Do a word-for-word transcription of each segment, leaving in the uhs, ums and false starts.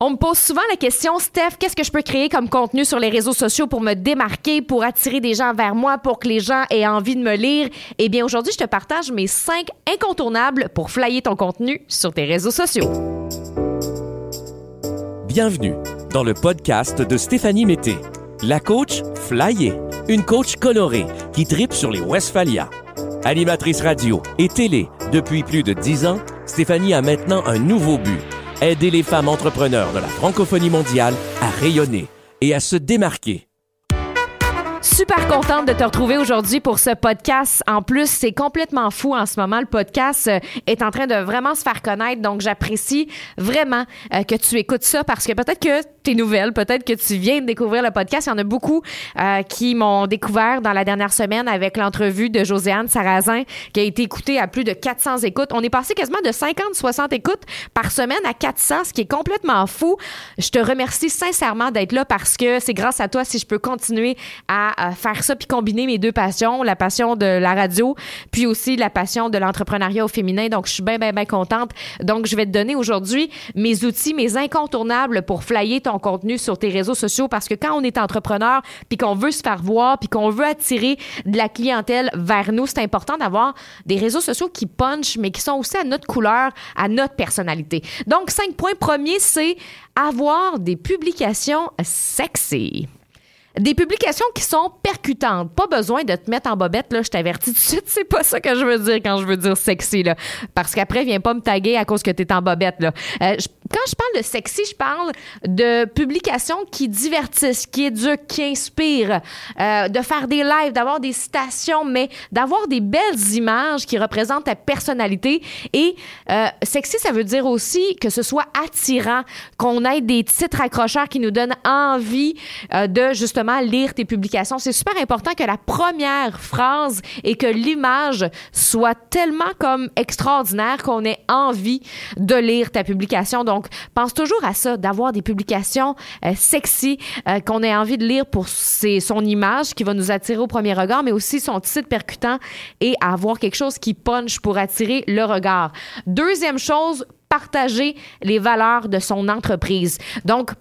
On me pose souvent la question, Steph, qu'est-ce que je peux créer comme contenu sur les réseaux sociaux pour me démarquer, pour attirer des gens vers moi, pour que les gens aient envie de me lire? Eh bien, aujourd'hui, je te partage mes cinq incontournables pour flyer ton contenu sur tes réseaux sociaux. Bienvenue dans le podcast de Stéphanie Mété, la coach flyée, une coach colorée qui tripe sur les Westphalia. Animatrice radio et télé depuis plus de dix ans, Stéphanie a maintenant un nouveau but. Aider les femmes entrepreneurs de la francophonie mondiale à rayonner et à se démarquer. Super contente de te retrouver aujourd'hui pour ce podcast. En plus, c'est complètement fou en ce moment. Le podcast euh, est en train de vraiment se faire connaître. Donc, j'apprécie vraiment euh, que tu écoutes ça parce que peut-être que t'es nouvelle, peut-être que tu viens de découvrir le podcast. Il y en a beaucoup euh, qui m'ont découvert dans la dernière semaine avec l'entrevue de Josiane Sarrazin qui a été écoutée à plus de quatre cents écoutes. On est passé quasiment de cinquante à soixante écoutes par semaine à quatre cents, ce qui est complètement fou. Je te remercie sincèrement d'être là parce que c'est grâce à toi si je peux continuer à à faire ça puis combiner mes deux passions, la passion de la radio puis aussi la passion de l'entrepreneuriat au féminin. Donc, je suis bien, bien, bien contente. Donc, je vais te donner aujourd'hui mes outils, mes incontournables pour flyer ton contenu sur tes réseaux sociaux parce que quand on est entrepreneur puis qu'on veut se faire voir puis qu'on veut attirer de la clientèle vers nous, c'est important d'avoir des réseaux sociaux qui punchent mais qui sont aussi à notre couleur, à notre personnalité. Donc, cinq points. Premier, c'est avoir des publications sexy. Des publications qui sont percutantes. Pas besoin de te mettre en bobette, là, je t'avertis tout de suite. C'est pas ça que je veux dire quand je veux dire sexy, là. Parce qu'après, viens pas me taguer à cause que t'es en bobette, là. Euh, je, quand je parle de sexy, je parle de publications qui divertissent, qui éduquent, qui inspirent, euh, de faire des lives, d'avoir des citations, mais d'avoir des belles images qui représentent ta personnalité. Et euh, sexy, ça veut dire aussi que ce soit attirant, qu'on ait des titres accrocheurs qui nous donnent envie euh, de, justement, lire tes publications. C'est super important que la première phrase et que l'image soit tellement comme extraordinaire qu'on ait envie de lire ta publication. Donc, pense toujours à ça, d'avoir des publications euh, sexy, euh, qu'on ait envie de lire pour ses, son image qui va nous attirer au premier regard, mais aussi son titre percutant et avoir quelque chose qui punch pour attirer le regard. Deuxième chose, partager les valeurs de son entreprise. Donc,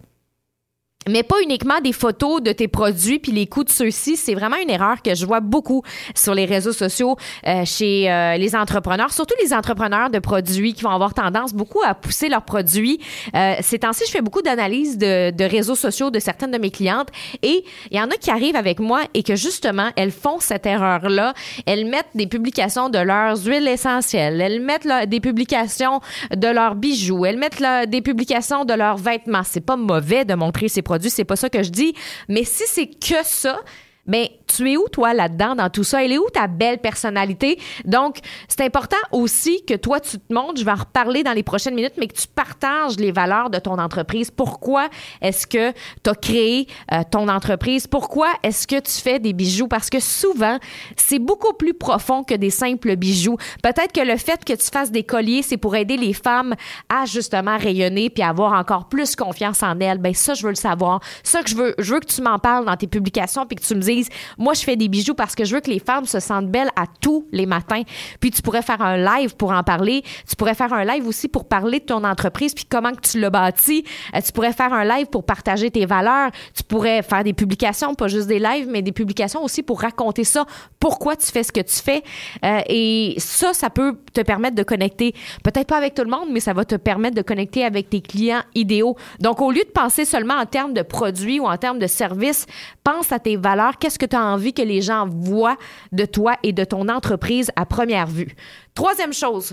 mais pas uniquement des photos de tes produits puis les coûts de ceux-ci. C'est vraiment une erreur que je vois beaucoup sur les réseaux sociaux euh, chez euh, les entrepreneurs, surtout les entrepreneurs de produits qui vont avoir tendance beaucoup à pousser leurs produits. Euh, ces temps-ci, je fais beaucoup d'analyses de, de réseaux sociaux de certaines de mes clientes et il y en a qui arrivent avec moi et que justement, elles font cette erreur-là. Elles mettent des publications de leurs huiles essentielles. Elles mettent là, des publications de leurs bijoux. Elles mettent là, des publications de leurs vêtements. C'est pas mauvais de montrer ses produits, c'est pas ça que je dis, mais si c'est que ça, ben tu es où toi là-dedans dans tout ça? Elle est où ta belle personnalité? Donc, c'est important aussi que toi tu te montres, je vais en reparler dans les prochaines minutes, mais que tu partages les valeurs de ton entreprise. Pourquoi est-ce que tu as créé euh, ton entreprise? Pourquoi est-ce que tu fais des bijoux? Parce que souvent, c'est beaucoup plus profond que des simples bijoux. Peut-être que le fait que tu fasses des colliers, c'est pour aider les femmes à justement rayonner puis avoir encore plus confiance en elles. Ben ça, je veux le savoir. Ça que je veux, je veux que tu m'en parles dans tes publications puis que tu me dises, moi, je fais des bijoux parce que je veux que les femmes se sentent belles à tous les matins. Puis tu pourrais faire un live pour en parler. Tu pourrais faire un live aussi pour parler de ton entreprise puis comment que tu l'as bâti. Euh, tu pourrais faire un live pour partager tes valeurs. Tu pourrais faire des publications, pas juste des lives, mais des publications aussi pour raconter ça. Pourquoi tu fais ce que tu fais. Euh, et ça, ça peut te permettre de connecter. Peut-être pas avec tout le monde, mais ça va te permettre de connecter avec tes clients idéaux. Donc, au lieu de penser seulement en termes de produits ou en termes de services, pense à tes valeurs. Qu'est-ce que tu as envie que les gens voient de toi et de ton entreprise à première vue? Troisième chose,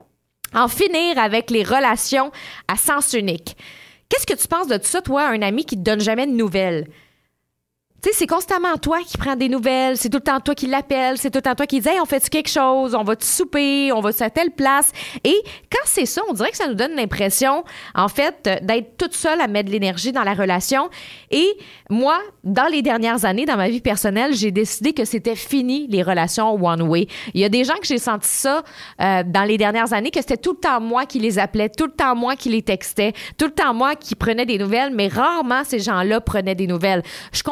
en finir avec les relations à sens unique. Qu'est-ce que tu penses de tout ça, toi, un ami qui te donne jamais de nouvelles? Tu sais, c'est constamment toi qui prends des nouvelles, c'est tout le temps toi qui l'appelles, c'est tout le temps toi qui dis « Hey, on fait-tu quelque chose? On va-tu souper? On va-tu à telle place? » Et quand c'est ça, on dirait que ça nous donne l'impression, en fait, d'être toute seule à mettre de l'énergie dans la relation. Et moi, dans les dernières années, dans ma vie personnelle, j'ai décidé que c'était fini, les relations one-way. Il y a des gens que j'ai senti ça euh, dans les dernières années, que c'était tout le temps moi qui les appelais, tout le temps moi qui les textais, tout le temps moi qui prenais des nouvelles, mais rarement ces gens-là prenaient des nouvelles. Je comprends que de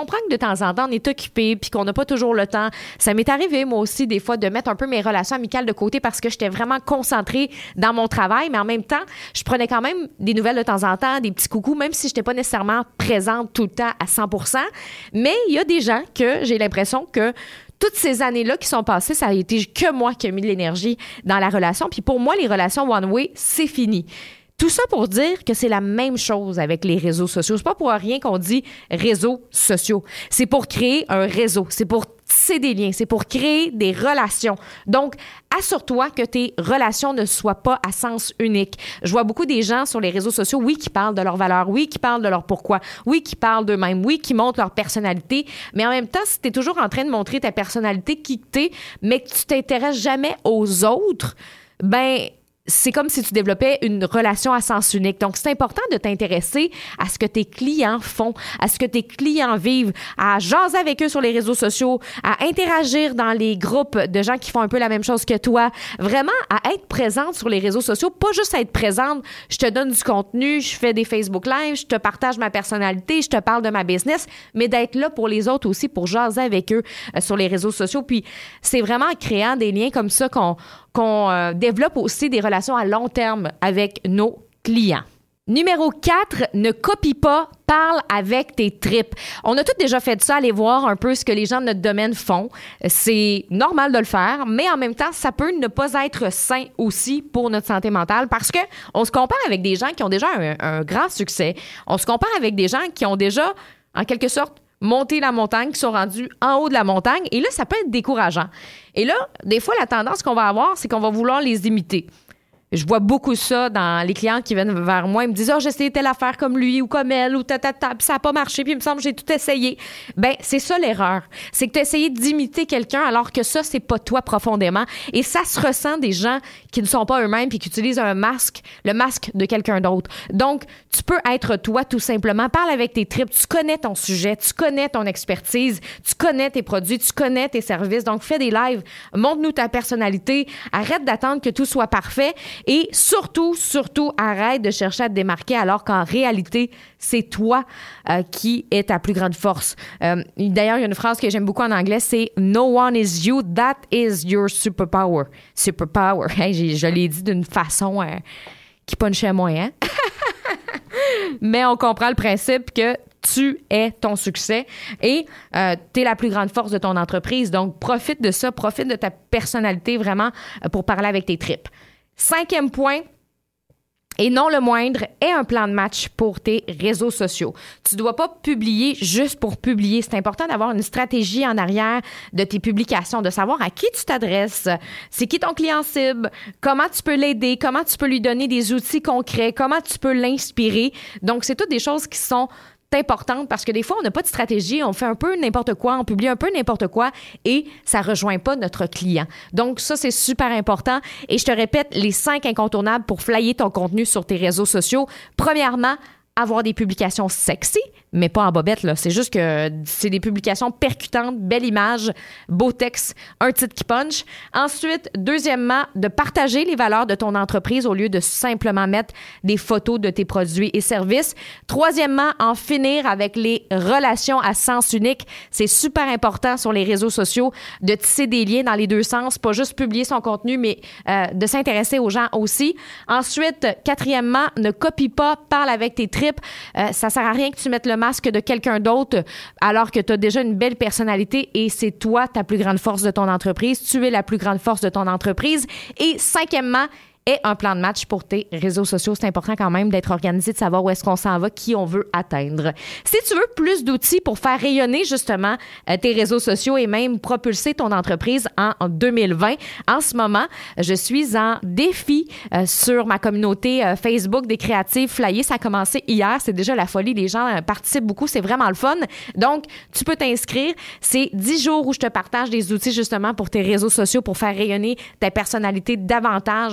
temps en temps, on est occupé puis qu'on n'a pas toujours le temps. Ça m'est arrivé, moi aussi, des fois, de mettre un peu mes relations amicales de côté parce que j'étais vraiment concentrée dans mon travail, mais en même temps, je prenais quand même des nouvelles de temps en temps, des petits coucous, même si je n'étais pas nécessairement présente tout le temps à cent pour cent. Mais il y a des gens que j'ai l'impression que toutes ces années-là qui sont passées, ça a été que moi qui ai mis de l'énergie dans la relation. Puis pour moi, les relations one-way, c'est fini. Tout ça pour dire que c'est la même chose avec les réseaux sociaux. C'est pas pour rien qu'on dit réseaux sociaux. C'est pour créer un réseau. C'est pour tisser des liens. C'est pour créer des relations. Donc, assure-toi que tes relations ne soient pas à sens unique. Je vois beaucoup des gens sur les réseaux sociaux, oui, qui parlent de leurs valeurs, oui, qui parlent de leur pourquoi, oui, qui parlent d'eux-mêmes, oui, qui montrent leur personnalité. Mais en même temps, si tu es toujours en train de montrer ta personnalité, qui t'es, mais que tu t'intéresses jamais aux autres, ben c'est comme si tu développais une relation à sens unique. Donc, c'est important de t'intéresser à ce que tes clients font, à ce que tes clients vivent, à jaser avec eux sur les réseaux sociaux, à interagir dans les groupes de gens qui font un peu la même chose que toi. Vraiment, à être présente sur les réseaux sociaux, pas juste à être présente, je te donne du contenu, je fais des Facebook Live, je te partage ma personnalité, je te parle de ma business, mais d'être là pour les autres aussi, pour jaser avec eux euh, sur les réseaux sociaux. Puis, c'est vraiment en créant des liens comme ça qu'on qu'on euh, développe aussi des relations à long terme avec nos clients. Numéro quatre, ne copie pas, parle avec tes tripes. On a tous déjà fait ça, aller voir un peu ce que les gens de notre domaine font. C'est normal de le faire, mais en même temps, ça peut ne pas être sain aussi pour notre santé mentale parce que on se compare avec des gens qui ont déjà un, un grand succès. On se compare avec des gens qui ont déjà, en quelque sorte, monter la montagne, qui sont rendus en haut de la montagne. Et là, ça peut être décourageant. Et là, des fois, la tendance qu'on va avoir, c'est qu'on va vouloir les imiter. Je vois beaucoup ça dans les clients qui viennent vers moi. Ils me disent « Ah, oh, j'ai essayé telle affaire comme lui ou comme elle ou ta, ta, ta, puis ça n'a pas marché, puis il me semble que j'ai tout essayé. » Ben, c'est ça l'erreur. C'est que tu as essayé d'imiter quelqu'un alors que ça, c'est pas toi profondément. Et ça se ressent des gens qui ne sont pas eux-mêmes puis qui utilisent un masque, le masque de quelqu'un d'autre. Donc, tu peux être toi tout simplement. Parle avec tes tripes. Tu connais ton sujet, tu connais ton expertise, tu connais tes produits, tu connais tes services. Donc, fais des lives, montre-nous ta personnalité. Arrête d'attendre que tout soit parfait. Et surtout, surtout, arrête de chercher à te démarquer alors qu'en réalité, c'est toi euh, qui est ta plus grande force. Euh, d'ailleurs, il y a une phrase que j'aime beaucoup en anglais, c'est « No one is you, that is your superpower ». Superpower. Hey, je l'ai dit d'une façon euh, qui punchait moins, hein? Mais on comprend le principe que tu es ton succès et euh, tu es la plus grande force de ton entreprise. Donc, profite de ça, profite de ta personnalité vraiment euh, pour parler avec tes tripes. Cinquième point, et non le moindre, est un plan de match pour tes réseaux sociaux. Tu ne dois pas publier juste pour publier. C'est important d'avoir une stratégie en arrière de tes publications, de savoir à qui tu t'adresses, c'est qui ton client cible, comment tu peux l'aider, comment tu peux lui donner des outils concrets, comment tu peux l'inspirer. Donc, c'est toutes des choses qui sont importante parce que des fois, on n'a pas de stratégie, on fait un peu n'importe quoi, on publie un peu n'importe quoi et ça ne rejoint pas notre client. Donc, ça, c'est super important. Et je te répète, les cinq incontournables pour flyer ton contenu sur tes réseaux sociaux. Premièrement, avoir des publications sexy, mais pas en bobette, là. C'est juste que c'est des publications percutantes, belle image, beau texte, un titre qui punch. Ensuite, deuxièmement, de partager les valeurs de ton entreprise au lieu de simplement mettre des photos de tes produits et services. Troisièmement, en finir avec les relations à sens unique. C'est super important sur les réseaux sociaux de tisser des liens dans les deux sens, pas juste publier son contenu, mais euh, de s'intéresser aux gens aussi. Ensuite, quatrièmement, ne copie pas, parle avec tes tripes. Euh, ça sert à rien que tu mettes le masque de quelqu'un d'autre alors que tu as déjà une belle personnalité et c'est toi ta plus grande force de ton entreprise. Tu es la plus grande force de ton entreprise. Et cinquièmement, et un plan de match pour tes réseaux sociaux. C'est important quand même d'être organisé, de savoir où est-ce qu'on s'en va, qui on veut atteindre. Si tu veux plus d'outils pour faire rayonner justement euh, tes réseaux sociaux et même propulser ton entreprise en, en deux mille vingt, en ce moment, je suis en défi euh, sur ma communauté euh, Facebook des créatives flyées. Ça a commencé hier, c'est déjà la folie. Les gens euh, participent beaucoup, c'est vraiment le fun. Donc, tu peux t'inscrire. C'est dix jours où je te partage des outils justement pour tes réseaux sociaux pour faire rayonner ta personnalité davantage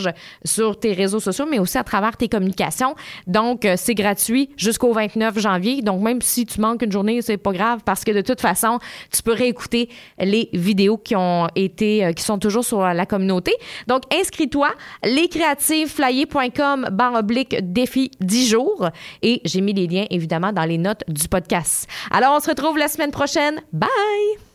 sur tes réseaux sociaux, mais aussi à travers tes communications. Donc, euh, c'est gratuit jusqu'au vingt-neuf janvier. Donc, même si tu manques une journée, c'est pas grave parce que de toute façon, tu peux réécouter les vidéos qui ont été, euh, qui sont toujours sur la communauté. Donc, inscris-toi, lescreativeflyer.com barre oblique défi dix jours. Et j'ai mis les liens, évidemment, dans les notes du podcast. Alors, on se retrouve la semaine prochaine. Bye!